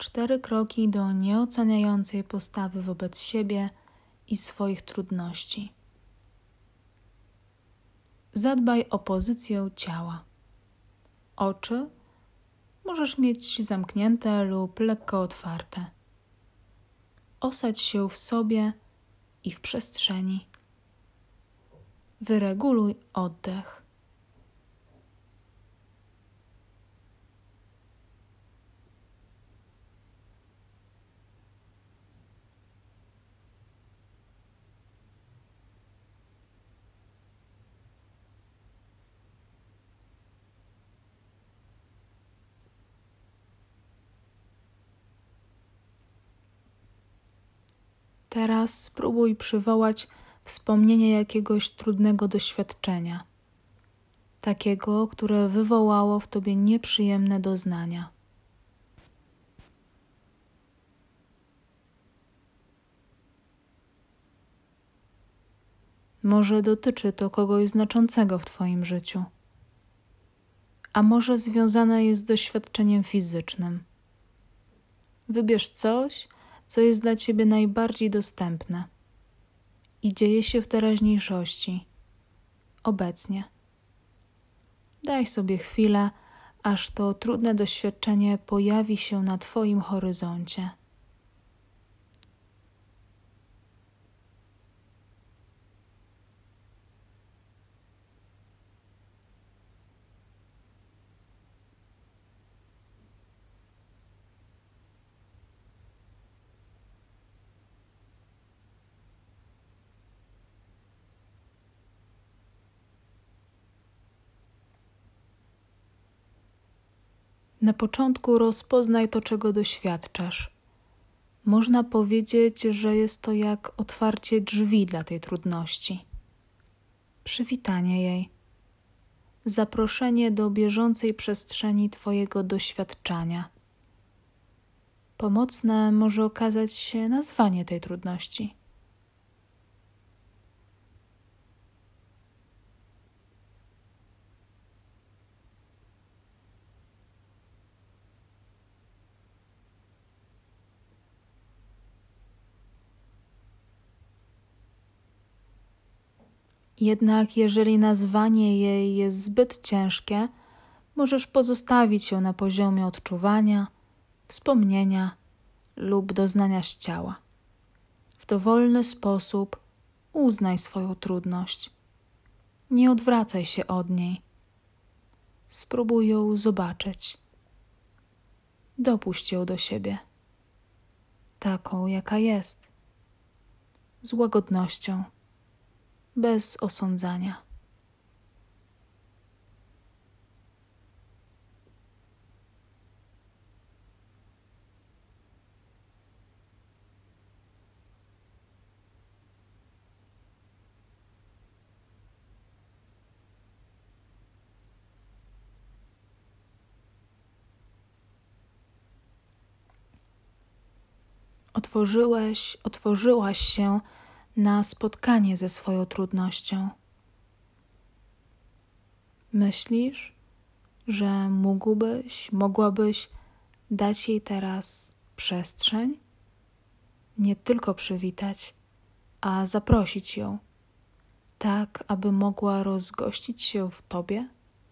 4 kroki do nieoceniającej postawy wobec siebie i swoich trudności. Zadbaj o pozycję ciała. Oczy możesz mieć zamknięte lub lekko otwarte. Osadź się w sobie i w przestrzeni. Wyreguluj oddech. Teraz spróbuj przywołać wspomnienie jakiegoś trudnego doświadczenia, takiego, które wywołało w tobie nieprzyjemne doznania. Może dotyczy to kogoś znaczącego w twoim życiu, a może związane jest z doświadczeniem fizycznym. Wybierz coś, co jest dla ciebie najbardziej dostępne i dzieje się w teraźniejszości, obecnie. Daj sobie chwilę, aż to trudne doświadczenie pojawi się na twoim horyzoncie. Na początku rozpoznaj to, czego doświadczasz. Można powiedzieć, że jest to jak otwarcie drzwi dla tej trudności. Przywitanie jej. Zaproszenie do bieżącej przestrzeni twojego doświadczania. Pomocne może okazać się nazwanie tej trudności. Jednak jeżeli nazwanie jej jest zbyt ciężkie, możesz pozostawić ją na poziomie odczuwania, wspomnienia lub doznania z ciała. W dowolny sposób uznaj swoją trudność. Nie odwracaj się od niej. Spróbuj ją zobaczyć. Dopuść ją do siebie, taką jaka jest, z łagodnością, bez osądzania. Otworzyłaś się na spotkanie ze swoją trudnością. Myślisz, że mogłabyś dać jej teraz przestrzeń? Nie tylko przywitać, a zaprosić ją, tak aby mogła rozgościć się w tobie?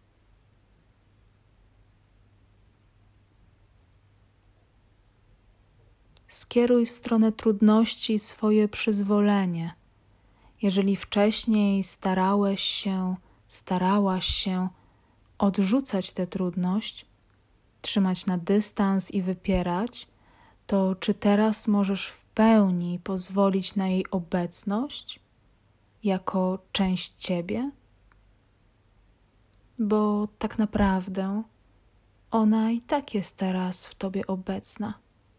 Skieruj w stronę trudności swoje przyzwolenie. Jeżeli wcześniej starałaś się odrzucać tę trudność, trzymać na dystans i wypierać, to czy teraz możesz w pełni pozwolić na jej obecność jako część ciebie? Bo tak naprawdę ona i tak jest teraz w tobie obecna.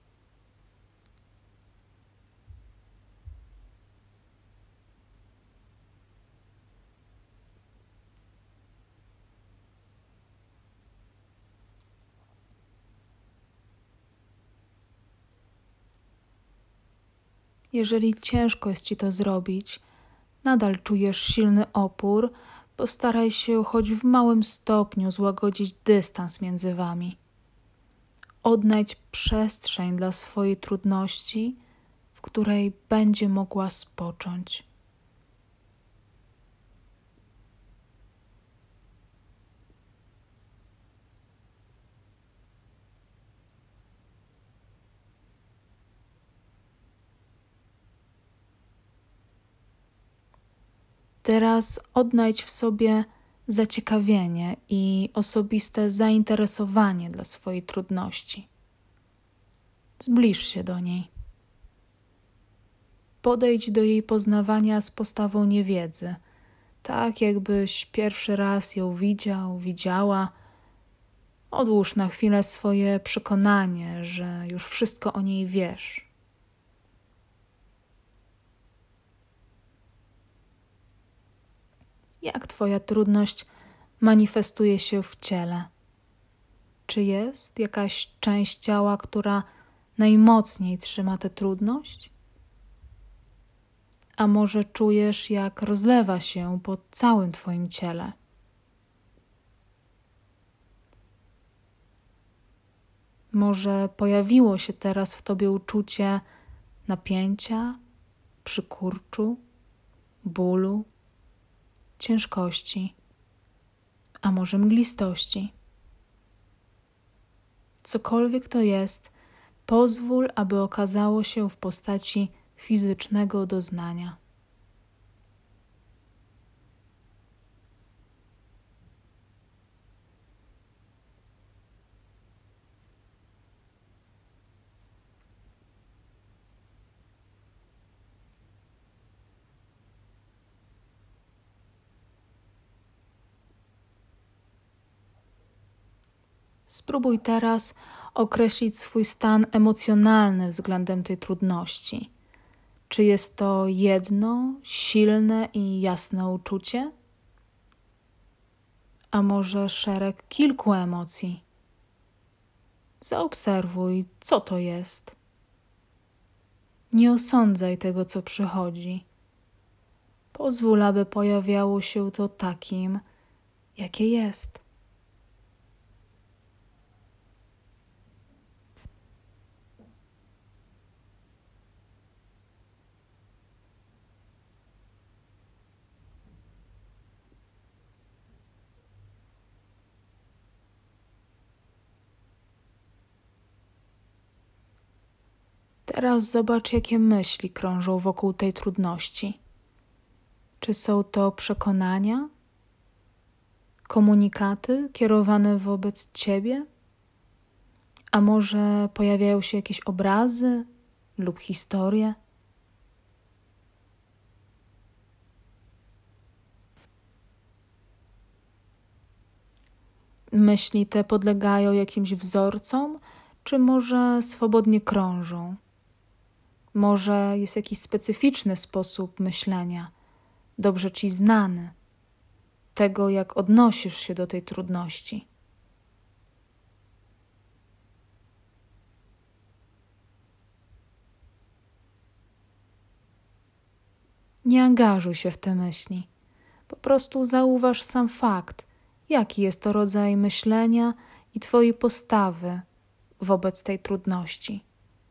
Jeżeli ciężko jest ci to zrobić, nadal czujesz silny opór, postaraj się choć w małym stopniu złagodzić dystans między wami. odnajdź przestrzeń dla swojej trudności, w której będzie mogła spocząć. Teraz odnajdź w sobie zaciekawienie i osobiste zainteresowanie dla swojej trudności. Zbliż się do niej. Podejdź do jej poznawania z postawą niewiedzy, tak jakbyś pierwszy raz ją widziała. Odłóż na chwilę swoje przekonanie, że już wszystko o niej wiesz. Jak twoja trudność manifestuje się w ciele? Czy jest jakaś część ciała, która najmocniej trzyma tę trudność? A może czujesz, jak rozlewa się po całym twoim ciele? Może pojawiło się teraz w tobie uczucie napięcia, przykurczu, bólu, ciężkości, a może mglistości. Cokolwiek to jest, pozwól, aby okazało się w postaci fizycznego doznania. Spróbuj teraz określić swój stan emocjonalny względem tej trudności. Czy jest to jedno, silne i jasne uczucie? A może szereg kilku emocji? Zaobserwuj, co to jest. Nie osądzaj tego, co przychodzi. Pozwól, aby pojawiało się to takim, jakie jest. Teraz zobacz, jakie myśli krążą wokół tej trudności. Czy są to przekonania, komunikaty kierowane wobec ciebie? A może pojawiają się jakieś obrazy lub historie? Myśli te podlegają jakimś wzorcom, czy może swobodnie krążą? Może jest jakiś specyficzny sposób myślenia, dobrze ci znany, tego jak odnosisz się do tej trudności. Nie angażuj się w te myśli. Po prostu zauważ sam fakt, jaki jest to rodzaj myślenia i twojej postawy wobec tej trudności.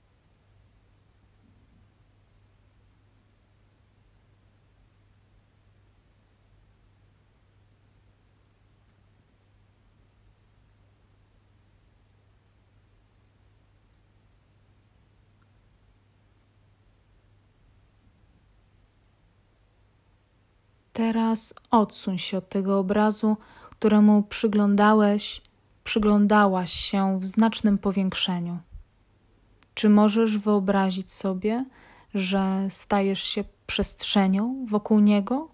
Teraz odsuń się od tego obrazu, któremu przyglądałaś się w znacznym powiększeniu. Czy możesz wyobrazić sobie, że stajesz się przestrzenią wokół niego?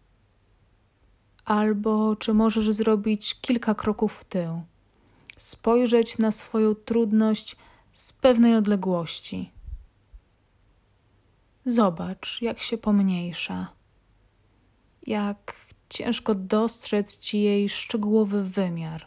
Albo czy możesz zrobić kilka kroków w tył, spojrzeć na swoją trudność z pewnej odległości? Zobacz, jak się pomniejsza, jak ciężko dostrzec ci jej szczegółowy wymiar.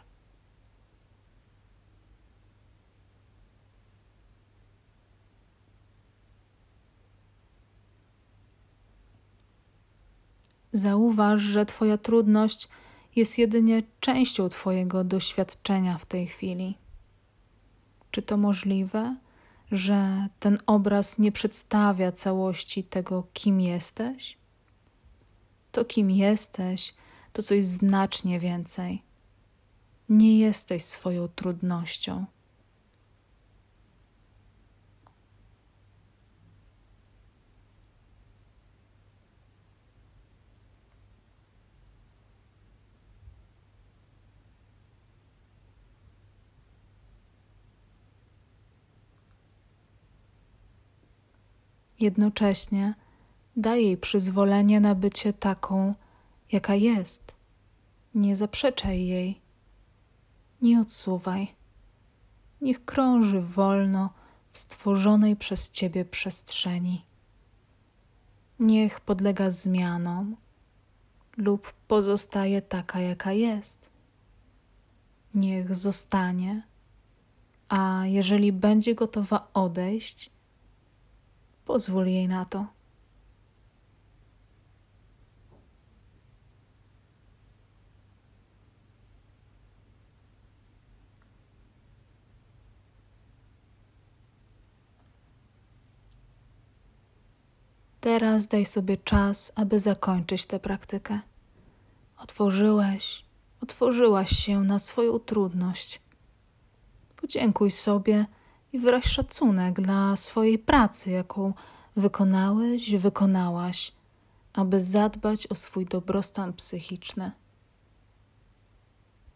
Zauważ, że twoja trudność jest jedynie częścią twojego doświadczenia w tej chwili. Czy to możliwe, że ten obraz nie przedstawia całości tego, kim jesteś? To, kim jesteś, to coś znacznie więcej. Nie jesteś swoją trudnością. Jednocześnie daj jej przyzwolenie na bycie taką, jaka jest. Nie zaprzeczaj jej. Nie odsuwaj. Niech krąży wolno w stworzonej przez Ciebie przestrzeni. Niech podlega zmianom lub pozostaje taka, jaka jest. Niech zostanie, a jeżeli będzie gotowa odejść, pozwól jej na to. Teraz daj sobie czas, aby zakończyć tę praktykę. Otworzyłaś się na swoją trudność. Podziękuj sobie i wyraź szacunek dla swojej pracy, jaką wykonałaś, aby zadbać o swój dobrostan psychiczny.